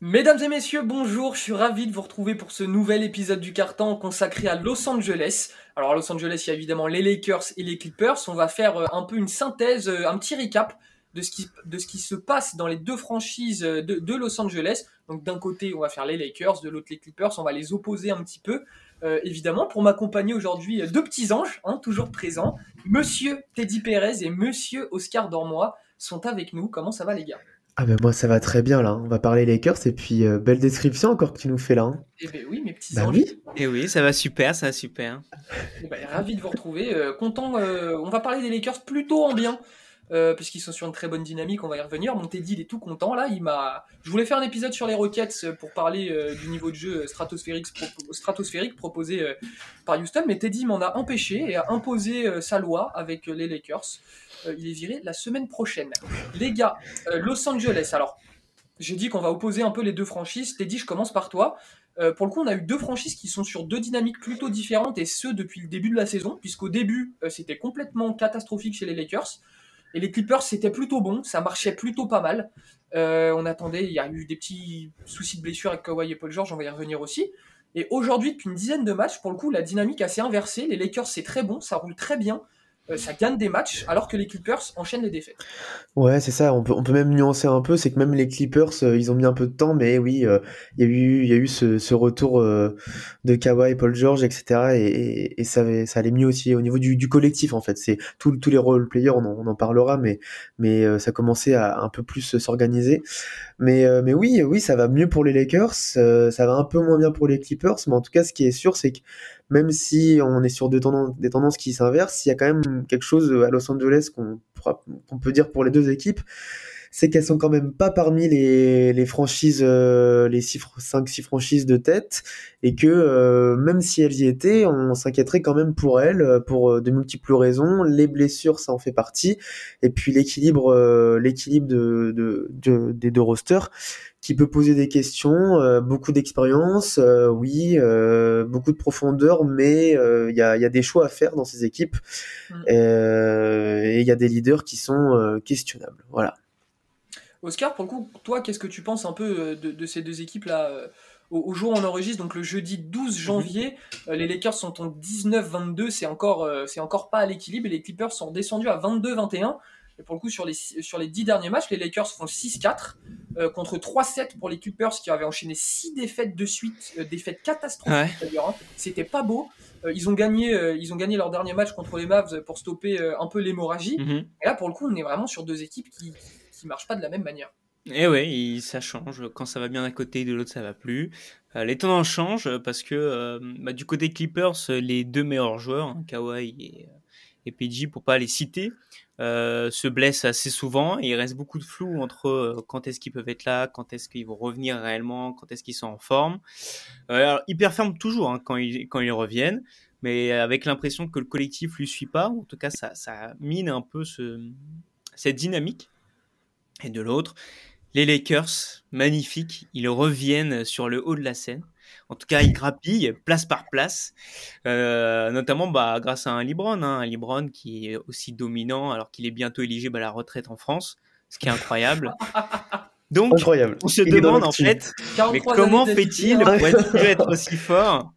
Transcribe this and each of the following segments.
Mesdames et messieurs, bonjour, je suis ravi de vous retrouver pour ce nouvel épisode du Carton consacré à Los Angeles. Alors à Los Angeles, il y a évidemment les Lakers et les Clippers. On va faire un peu une synthèse, un petit recap de ce qui se passe dans les deux franchises de Los Angeles. Donc d'un côté, on va faire les Lakers, de l'autre les Clippers, on va les opposer un petit peu. Évidemment, pour m'accompagner aujourd'hui, deux petits anges, toujours présents. Monsieur Teddy Perez et Monsieur Oscar Dormois sont avec nous. Comment ça va les gars? Ah ben moi ça va très bien là, on va parler Lakers et puis belle description encore que tu nous fais là. Hein. Eh ben oui, mes petits Bah anges. oui. Et oui, ça va super, ça va super. Eh ben, ravi de vous retrouver. Content. On va parler des Lakers plutôt en bien, puisqu'ils sont sur une très bonne dynamique. On va y revenir. Mon Teddy, il est tout content là. Je voulais faire un épisode sur les Rockets pour parler du niveau de jeu stratosphérique proposé par Houston, mais Teddy m'en a empêché et a imposé sa loi avec les Lakers. Il est viré la semaine prochaine. Les gars, Los Angeles. Alors, j'ai dit qu'on va opposer un peu les deux franchises. Teddy, je commence par toi. Pour le coup, on a eu deux franchises qui sont sur deux dynamiques plutôt différentes, et ce depuis le début de la saison, puisqu'au début, c'était complètement catastrophique chez les Lakers. Et les Clippers, c'était plutôt bon, ça marchait plutôt pas mal. On attendait, il y a eu des petits soucis de blessure avec Kawhi et Paul George, on va y revenir aussi. Et aujourd'hui, depuis une dizaine de matchs, pour le coup, la dynamique est assez inversée. Les Lakers, c'est très bon, ça roule très bien, ça gagne des matchs, alors que les Clippers enchaînent les défaites. Ouais, c'est ça, on peut même nuancer un peu, c'est que même les Clippers, ils ont mis un peu de temps, mais oui, il y a eu ce retour de Kawhi, Paul George, etc. Et ça allait mieux aussi au niveau du collectif, en fait. C'est tous les role-players, on en parlera, mais ça commençait à un peu plus s'organiser. Mais oui, oui, ça va mieux pour les Lakers, ça va un peu moins bien pour les Clippers, mais en tout cas, ce qui est sûr, c'est que même si on est sur des tendances qui s'inversent, il y a quand même quelque chose à Los Angeles qu'on peut dire pour les deux équipes, c'est qu'elles sont quand même pas parmi les franchises, les 5-6 franchises de tête, et que même si elles y étaient, on s'inquiéterait quand même pour elles, pour de multiples raisons. Les blessures, ça en fait partie, et puis l'équilibre des deux rosters, qui peut poser des questions, beaucoup d'expérience, oui, beaucoup de profondeur, mais il y a des choix à faire dans ces équipes, Mm. et il y a des leaders qui sont questionnables. Voilà. Oscar, pour le coup, toi, qu'est-ce que tu penses un peu de ces deux équipes-là au jour où on enregistre, donc le jeudi 12 Mhm. janvier, les Lakers sont en 19-22, c'est encore pas à l'équilibre, et les Clippers sont descendus à 22-21. Et pour le coup, sur les 10 derniers matchs, les Lakers font 6-4 contre 3-7 pour les Clippers qui avaient enchaîné 6 défaites de suite, défaites catastrophiques Ouais. d'ailleurs, hein. C'était pas beau. Ils ont gagné leur dernier match contre les Mavs pour stopper un peu l'hémorragie. Mhm. Et là, pour le coup, on est vraiment sur deux équipes qui marchent pas de la même manière. Et ouais, ça change. Quand ça va bien d'un côté, de l'autre, ça va plus. Les tendances changent parce que du côté Clippers, les deux meilleurs joueurs, hein, Kawhi et PG, pour pas les citer, se blessent assez souvent. Et il reste beaucoup de flou entre quand est-ce qu'ils peuvent être là, quand est-ce qu'ils vont revenir réellement, quand est-ce qu'ils sont en forme. Alors, ils performent toujours hein, quand ils reviennent, mais avec l'impression que le collectif lui suit pas. En tout cas, ça mine un peu cette dynamique. Et de l'autre, les Lakers, magnifiques, ils reviennent sur le haut de la scène. En tout cas, ils grappillent place par place, notamment grâce à un LeBron, hein, un LeBron qui est aussi dominant alors qu'il est bientôt éligible à la retraite en France, ce qui est incroyable. Donc, Incroyable. on se Il est dans demande en l'actu. fait, mais 43 années comment d'affilée, fait-il hein. pour toujours être aussi fort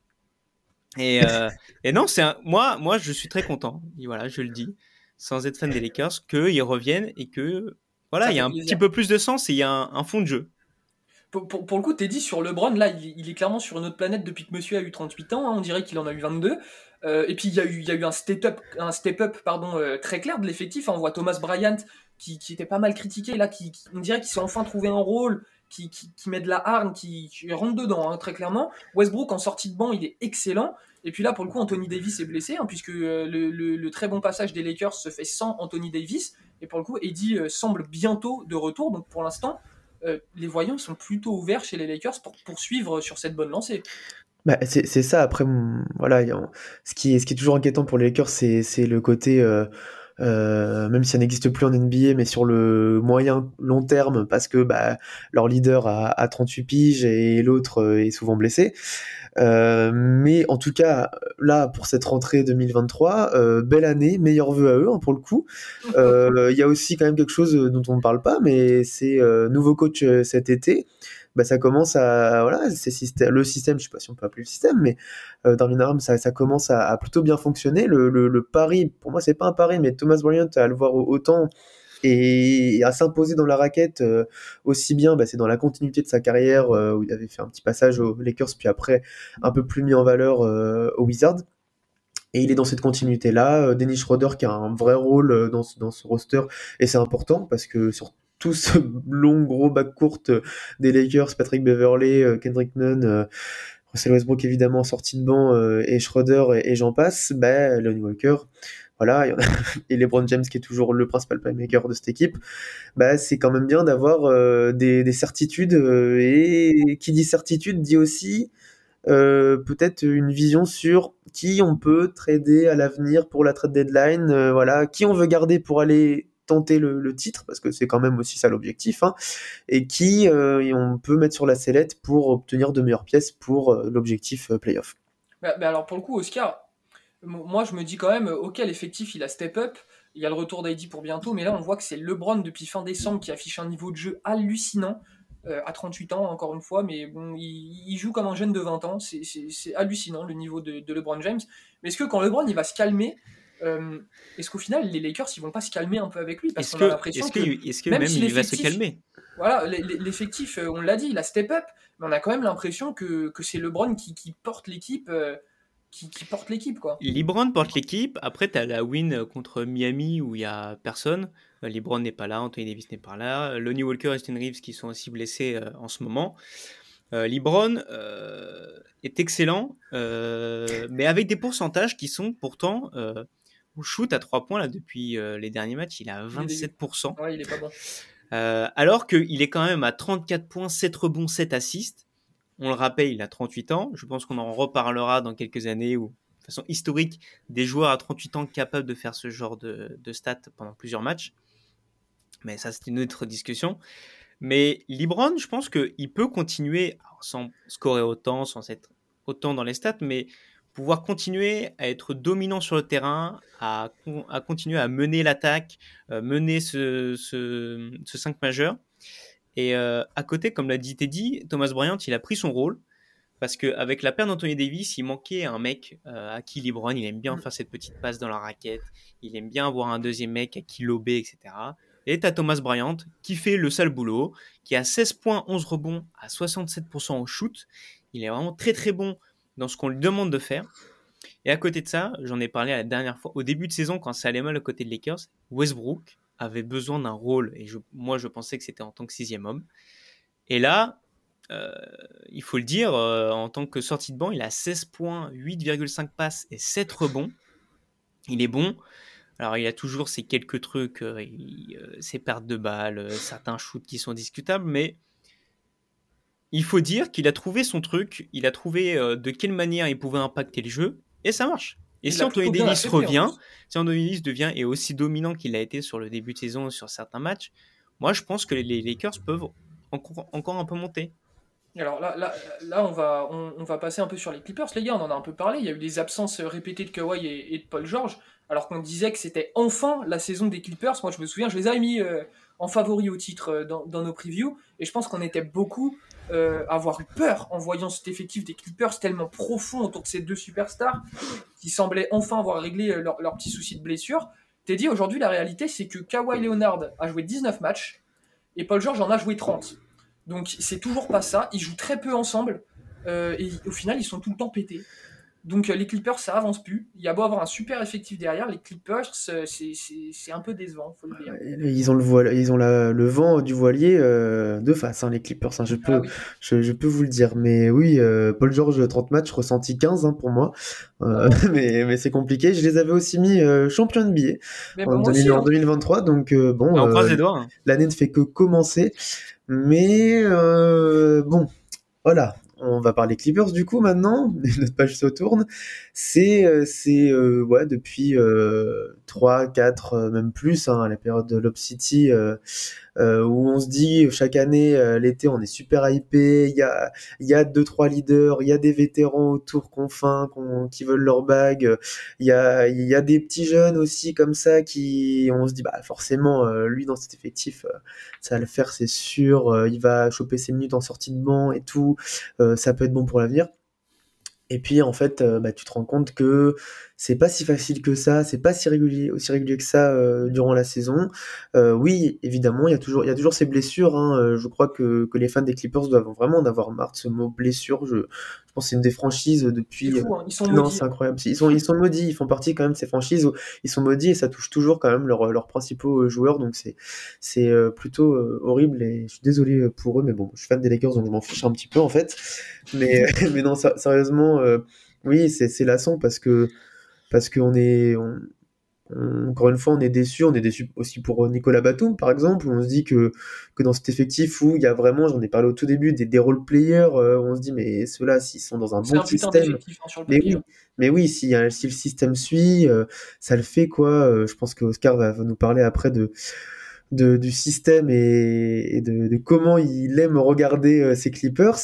et non, moi, je suis très content. Et voilà, je le dis, sans être fan des Lakers, qu'ils reviennent et que voilà, Ça il y fait a un petit plaisir. peu plus de sens et il y a un fond de jeu. Pour le coup, t'es dit sur LeBron, là, il est clairement sur une autre planète depuis que monsieur a eu 38 ans, hein, on dirait qu'il en a eu 22. Et puis il y a eu un step up pardon, très clair de l'effectif, hein. On voit Thomas Bryant qui était pas mal critiqué, là, on dirait qu'il s'est enfin trouvé un rôle, qui met de la hargne, qui rentre dedans, hein, très clairement. Westbrook en sortie de banc, il est excellent. Et puis là, pour le coup, Anthony Davis est blessé, hein, puisque le très bon passage des Lakers se fait sans Anthony Davis. Et pour le coup, Eddie semble bientôt de retour, donc pour l'instant, les voyants sont plutôt ouverts chez les Lakers pour poursuivre sur cette bonne lancée. Bah, c'est ça. Après, voilà, ce qui est toujours inquiétant pour les Lakers, c'est le côté, même si ça n'existe plus en NBA, mais sur le moyen long terme, parce que bah, leur leader a 38 piges et l'autre est souvent blessé. Mais en tout cas, là, pour cette rentrée 2023, belle année, meilleurs vœux à eux, hein, pour le coup. Il y a aussi quand même quelque chose dont on ne parle pas, mais c'est nouveau coach cet été. bah, ça commence à voilà, le système, je sais pas si on peut appeler le système, mais Darvin Ham, ça commence à plutôt bien fonctionner. Le pari, pour moi, c'est pas un pari, mais Thomas Bryant à le voir autant et à s'imposer dans la raquette aussi bien, bah, c'est dans la continuité de sa carrière où il avait fait un petit passage aux Lakers, puis après un peu plus mis en valeur aux Wizards. Et il est dans cette continuité-là. Dennis Schroeder qui a un vrai rôle dans ce roster, et c'est important parce que sur tout ce long gros backcourt des Lakers, Patrick Beverley, Kendrick Nunn, Russell Westbrook évidemment sorti de banc, et Schroeder et j'en passe, bah, Lonnie Walker, voilà, et LeBron James qui est toujours le principal playmaker de cette équipe, bah, c'est quand même bien d'avoir des certitudes, et qui dit certitude dit aussi peut-être une vision sur qui on peut trader à l'avenir pour la trade deadline, voilà, qui on veut garder pour aller tenter le titre, parce que c'est quand même aussi ça l'objectif, hein, et qui on peut mettre sur la sellette pour obtenir de meilleures pièces pour l'objectif playoff. Bah, alors pour le coup, Oscar, moi je me dis quand même, ok, l'effectif il a step up, il y a le retour d'Heidi pour bientôt, mais là on voit que c'est LeBron depuis fin décembre qui affiche un niveau de jeu hallucinant, à 38 ans encore une fois, mais bon, il joue comme un jeune de 20 ans, c'est hallucinant le niveau de LeBron James. Mais est-ce que quand LeBron il va se calmer, est-ce qu'au final les Lakers ils vont pas se calmer un peu avec lui, parce qu'on a l'impression est-ce que même même si il va se l'effectif, calmer? voilà, l'effectif, on l'a dit, il a step up, mais on a quand même l'impression que c'est LeBron qui porte l'équipe, qui porte l'équipe, quoi. LeBron porte l'équipe. Après, tu as la win contre Miami où il n'y a personne. LeBron n'est pas là, Anthony Davis n'est pas là. Lonnie Walker et Austin Reeves qui sont aussi blessés en ce moment. LeBron est excellent, mais avec des pourcentages qui sont pourtant au shoot à 3 points là, depuis les derniers matchs, il est à 27%. Ouais, il est pas bon. Alors qu'il est quand même à 34 points, 7 rebonds, 7 assists. On le rappelle, il a 38 ans. Je pense qu'on en reparlera dans quelques années ou de façon historique des joueurs à 38 ans capables de faire ce genre de stats pendant plusieurs matchs. Mais ça, c'est une autre discussion. Mais LeBron, je pense qu'il peut continuer, sans scorer autant, sans être autant dans les stats, mais pouvoir continuer à être dominant sur le terrain, à continuer à mener l'attaque, mener ce 5 majeur. Et à côté, comme l'a dit Teddy, Thomas Bryant, il a pris son rôle. Parce qu'avec la perte d'Anthony Davis, il manquait un mec à qui LeBron, il aime bien faire cette petite passe dans la raquette, il aime bien avoir un deuxième mec à qui lober, etc. Et tu as Thomas Bryant qui fait le sale boulot, qui a 16 points, 11 rebonds, à 67% au shoot. Il est vraiment très très bon dans ce qu'on lui demande de faire. Et à côté de ça, j'en ai parlé la dernière fois, au début de saison, quand ça allait mal à côté de Lakers, Westbrook avait besoin d'un rôle, et moi je pensais que c'était en tant que 6e homme. Et là, il faut le dire, en tant que sortie de banc, il a 16 points, 8,5 passes et 7 rebonds. Il est bon. Alors, il a toujours ces quelques trucs, ses pertes de balles, certains shoots qui sont discutables, mais il faut dire qu'il a trouvé son truc, il a trouvé de quelle manière il pouvait impacter le jeu, et ça marche. Et si Anthony Davis revient, si Anthony Davis devient et aussi dominant qu'il a été sur le début de saison sur certains matchs, moi je pense que les Lakers peuvent encore un peu monter. Alors là on va passer un peu sur les Clippers, les gars, on en a un peu parlé. Il y a eu des absences répétées de Kawhi et de Paul George, alors qu'on disait que c'était enfin la saison des Clippers. Moi je me souviens, je les avais mis en favori au titre dans nos previews, et je pense qu'on était beaucoup à avoir eu peur en voyant cet effectif des Clippers tellement profond autour de ces deux superstars qui semblaient enfin avoir réglé leurs petits soucis de blessure. T'es dit, aujourd'hui la réalité c'est que Kawhi Leonard a joué 19 matchs et Paul George en a joué 30. Donc c'est toujours pas ça, ils jouent très peu ensemble, et au final ils sont tout le temps pétés. Donc les Clippers ça avance plus, il y a beau avoir un super effectif derrière, les Clippers c'est un peu décevant, faut le dire. Ils ont le vent du voilier de face, hein, les Clippers, hein, Oui. je peux vous le dire. Mais oui, Paul George 30 matchs, ressenti 15 hein, pour moi, mais c'est compliqué. Je les avais aussi mis champion NBA en 2023, donc bon, on croise les doigts, hein. L'année ne fait que commencer, mais bon, voilà. on va parler Clippers du coup maintenant. Notre page se tourne. Ouais, depuis 3, 4, même plus, hein, à la période de Lob City, où on se dit chaque année, l'été, on est super hypé. Il y a deux trois leaders, il y a des vétérans autour qui veulent leur bague. Il y a des petits jeunes aussi comme ça qui, on se dit bah forcément, lui dans cet effectif, ça va le faire, c'est sûr. Il va choper ses minutes en sortie de banc et tout. Ça peut être bon pour l'avenir. Et puis en fait, bah, tu te rends compte que c'est pas si facile que ça, c'est pas aussi régulier que ça durant la saison. Oui, évidemment, il y a toujours ces blessures, hein. Je crois que les fans des Clippers doivent vraiment en avoir marre de ce mot blessure. Je pense que c'est une des franchises C'est depuis. fou, hein, ils sont Non, maudits. c'est incroyable. Ils sont maudits, ils font partie quand même de ces franchises où ils sont maudits et ça touche toujours quand même leurs principaux joueurs. Donc c'est plutôt horrible et je suis désolé pour eux, mais bon, je suis fan des Lakers donc je m'en fiche un petit peu en fait. Mais, mais non, sérieusement, oui, c'est lassant parce que encore une fois, on est déçu aussi pour Nicolas Batum, par exemple, où on se dit que dans cet effectif où il y a vraiment, j'en ai parlé au tout début, des role players, où on se dit, mais ceux-là, s'ils sont dans un C'est bon un putain système, d'effectif, hein, sur le mais papier, oui, hein. mais oui, si le système suit, ça le fait, quoi. Je pense que Oscar va nous parler après du système et de comment il aime regarder ses Clippers.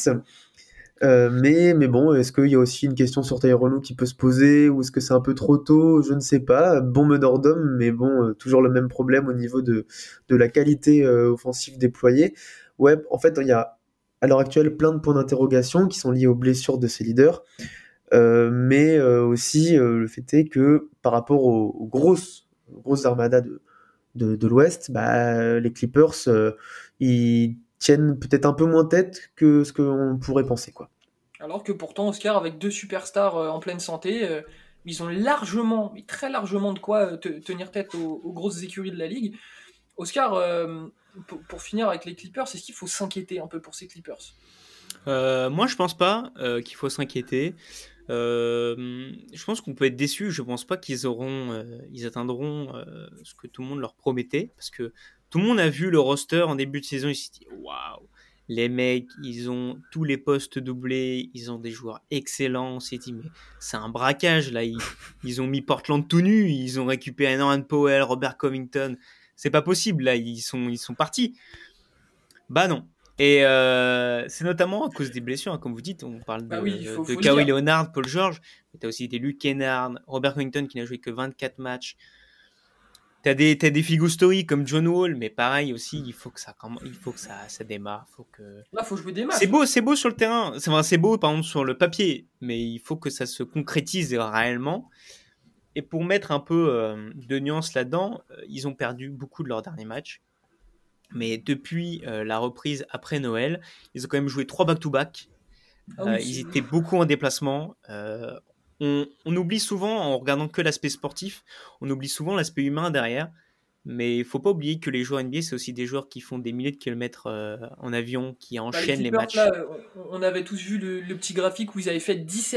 Mais bon, est-ce qu'il y a aussi une question sur Tyronn Lue qui peut se poser, ou est-ce que c'est un peu trop tôt? Je ne sais pas. Bon meneur d'homme, mais bon, toujours le même problème au niveau de la qualité offensive déployée. Ouais, en fait, il y a à l'heure actuelle plein de points d'interrogation qui sont liés aux blessures de ses leaders, mais aussi le fait est que par rapport aux grosses armadas de l'Ouest, bah, les Clippers, ils tiennent peut-être un peu moins tête que ce qu'on pourrait penser, quoi. Alors que pourtant, Oscar, avec deux superstars en pleine santé, ils ont largement, mais très largement de quoi tenir tête aux grosses écuries de la ligue. Oscar, pour finir avec les Clippers, est-ce qu'il faut s'inquiéter un peu pour ces Clippers? Moi, je pense pas qu'il faut s'inquiéter. Je pense qu'on peut être déçu. Je pense pas ils atteindront ce que tout le monde leur promettait, parce que tout le monde a vu le roster en début de saison. Il s'est dit waouh, les mecs, ils ont tous les postes doublés, ils ont des joueurs excellents. On s'est dit mais c'est un braquage là. Ils ont mis Portland tout nu, ils ont récupéré Norman Powell, Robert Covington. C'est pas possible là. Ils sont partis. Bah non. Et c'est notamment à cause des blessures, hein, comme vous dites, on parle Bah oui, de faut le Kawhi dire. Leonard, Paul George, mais tu as aussi des Luke Kennard, Robert Covington qui n'a joué que 24 matchs. T'as des Figo Story comme John Wall, mais pareil aussi, il faut que ça démarre. Là, faut jouer des C'est matchs. beau, c'est beau sur le terrain, c'est beau par exemple sur le papier, mais il faut que ça se concrétise réellement. Et pour mettre un peu de nuance là-dedans, ils ont perdu beaucoup de leurs derniers matchs. Mais depuis la reprise après Noël, ils ont quand même joué 3 back-to-back. Ah oui, Ils étaient beaucoup en déplacement. On oublie souvent, en regardant que l'aspect sportif, on oublie souvent l'aspect humain derrière. Mais il ne faut pas oublier que les joueurs NBA, c'est aussi des joueurs qui font des milliers de kilomètres en avion, qui bah, les enchaînent les Clippers, là, matchs. on avait tous vu le petit graphique où ils avaient fait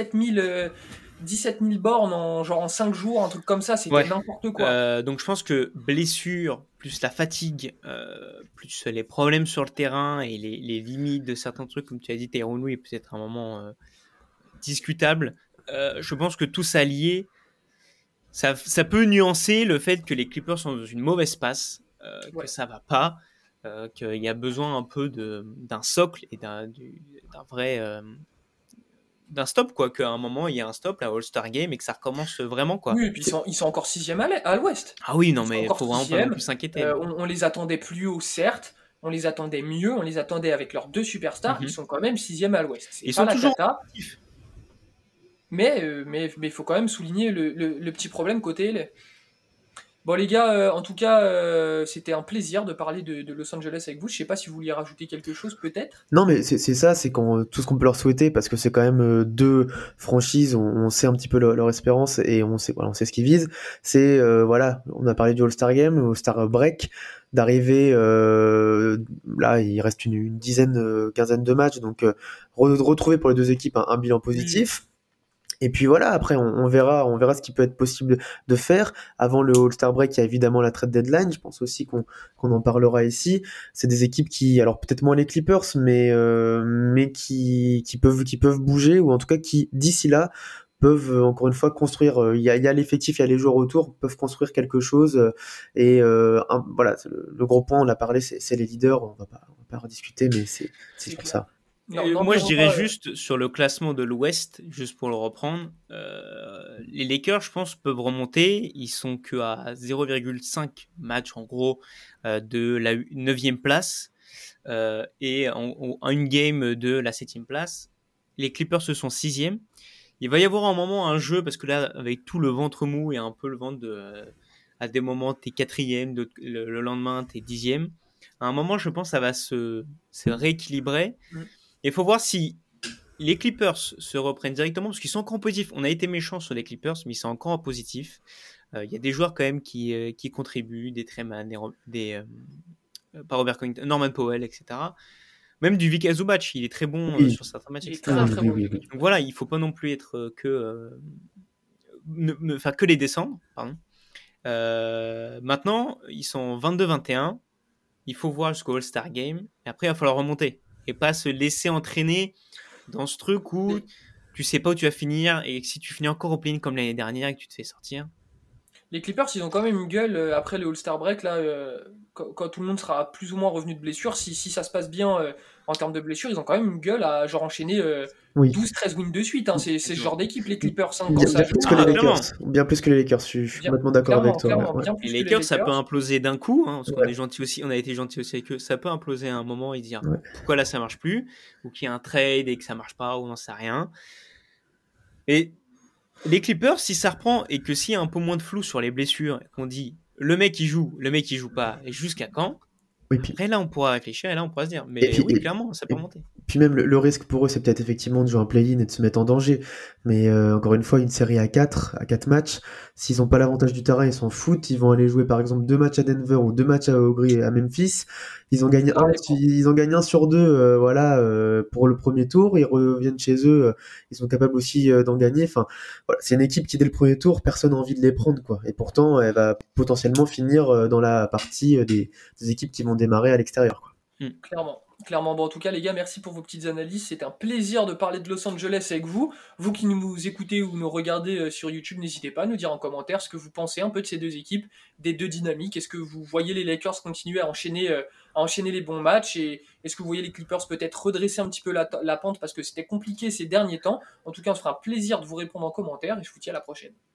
17 000 bornes en 5 jours, un truc comme ça, c'était Ouais. n'importe quoi. Donc je pense que blessure, plus la fatigue, plus les problèmes sur le terrain et les limites de certains trucs, comme tu as dit, Tyronn Lue est peut-être un moment discutable. Je pense que tout ça lié, ça peut nuancer le fait que les Clippers sont dans une mauvaise passe, que Ouais. ça va pas, qu'il y a besoin un peu d'un socle et d'un vrai d'un stop, quoi, qu'à un moment il y a un stop, la All-Star Game, et que ça recommence vraiment, quoi. Oui, et puis ils sont encore sixième à l'ouest. Ah oui, non, Ils sont mais encore faut vraiment pas non sixième. plus s'inquiéter. On les attendait plus haut, certes. On les attendait mieux. On les attendait avec leurs deux superstars. Ils Mhm. sont quand même sixième à l'ouest. C'est Ils pas sont la toujours cata. actifs. Mais faut quand même souligner le petit problème côté LA. Bon les gars, en tout cas, c'était un plaisir de parler de Los Angeles avec vous. Je sais pas si vous vouliez rajouter quelque chose, peut-être. Non, mais c'est ça, c'est tout ce qu'on peut leur souhaiter, parce que c'est quand même deux franchises, on sait un petit peu leur espérance et voilà, on sait ce qu'ils visent. C'est, voilà, on a parlé du All-Star Game, All-Star Break, d'arriver, là, il reste une dizaine, quinzaine de matchs, donc retrouver pour les deux équipes un bilan Oui. positif. Et puis voilà, après on verra ce qui peut être possible de faire. Avant le All-Star Break, il y a évidemment la trade deadline. Je pense aussi qu'on en parlera ici. C'est des équipes qui, alors peut-être moins les Clippers, mais qui peuvent bouger, ou en tout cas qui d'ici là peuvent encore une fois construire. Il y a l'effectif, il y a les joueurs autour, peuvent construire quelque chose. Voilà, le gros point, on l'a parlé, c'est les leaders. On va pas rediscuter, mais c'est sur clair. ça. Moi, je dirais juste sur le classement de l'Ouest, juste pour le reprendre, les Lakers, je pense, peuvent remonter. Ils sont que à 0,5 match, en gros, de la 9e place et en une game de la 7e place. Les Clippers, ce sont 6e. Il va y avoir un moment, un jeu, parce que là, avec tout le ventre mou et un peu le ventre à des moments, t'es 4e, le lendemain, t'es 10e. À un moment, je pense, ça va se rééquilibrer. Il faut voir si les Clippers se reprennent directement, parce qu'ils sont encore en positif. On a été méchants sur les Clippers, mais ils sont encore en positif. Il y a des joueurs quand même qui contribuent, des Treman, pas Robert Covington, Norman Powell, etc. Même du Vika Zubac, il est très bon Oui. sur certains matchs, Il est etc. très, très bon. Oui. Donc voilà, il faut pas non plus être que les descendre. Pardon. Maintenant, ils sont 22-21. Il faut voir jusqu'au All-Star Game. Et après, il va falloir remonter. Et pas se laisser entraîner dans ce truc où tu sais pas où tu vas finir. Et si tu finis encore au play-in comme l'année dernière et que tu te fais sortir. Les Clippers, ils ont quand même une gueule après le All-Star Break, là, quand tout le monde sera plus ou moins revenu de blessure. Si ça se passe bien en termes de blessure, ils ont quand même une gueule à genre enchaîner Oui. 12-13 wins de suite. Hein. C'est ce genre d'équipe, les Clippers. Hein, quand Bien, ça bien joue. plus que les clairement. Lakers. Bien plus que les Lakers. Je suis complètement d'accord avec toi. Clairement, Ouais. bien plus Les que les Lakers, ça peut Lakers. imploser d'un coup, hein, parce qu'on Ouais. est gentil aussi, on a été gentil aussi avec eux. Ça peut imploser à un moment et dire Ouais. pourquoi là ça marche plus, ou qu'il y a un trade et que ça marche pas, ou on n'en sait rien. Et les Clippers, si ça reprend et que s'il y a un peu moins de flou sur les blessures, et qu'on dit le mec il joue pas, et jusqu'à quand? Oui, puis, Après là on pourra réfléchir et là on pourra se dire, et mais puis, oui clairement ça peut remonter. puis même le risque pour eux, c'est peut-être effectivement de jouer un play-in et de se mettre en danger. Mais encore une fois, une série à 4 matchs, s'ils n'ont pas l'avantage du terrain, ils s'en foutent. Ils vont aller jouer par exemple 2 matchs à Denver ou 2 matchs à Memphis. Ils en gagnent un sur deux, voilà, pour le premier tour. Ils reviennent chez eux, ils sont capables aussi d'en gagner. Enfin, voilà, c'est une équipe qui dès le premier tour, personne n'a envie de les prendre, quoi. Et pourtant, elle va potentiellement finir dans la partie des équipes qui vont démarrer à l'extérieur, quoi. Clairement. Bon, en tout cas, les gars, merci pour vos petites analyses. C'est un plaisir de parler de Los Angeles avec vous. Vous qui nous écoutez ou nous regardez sur YouTube, n'hésitez pas à nous dire en commentaire ce que vous pensez un peu de ces deux équipes, des deux dynamiques. Est-ce que vous voyez les Lakers continuer à enchaîner les bons matchs, et est-ce que vous voyez les Clippers peut-être redresser un petit peu la pente parce que c'était compliqué ces derniers temps? En tout cas, on se fera un plaisir de vous répondre en commentaire et je vous dis à la prochaine.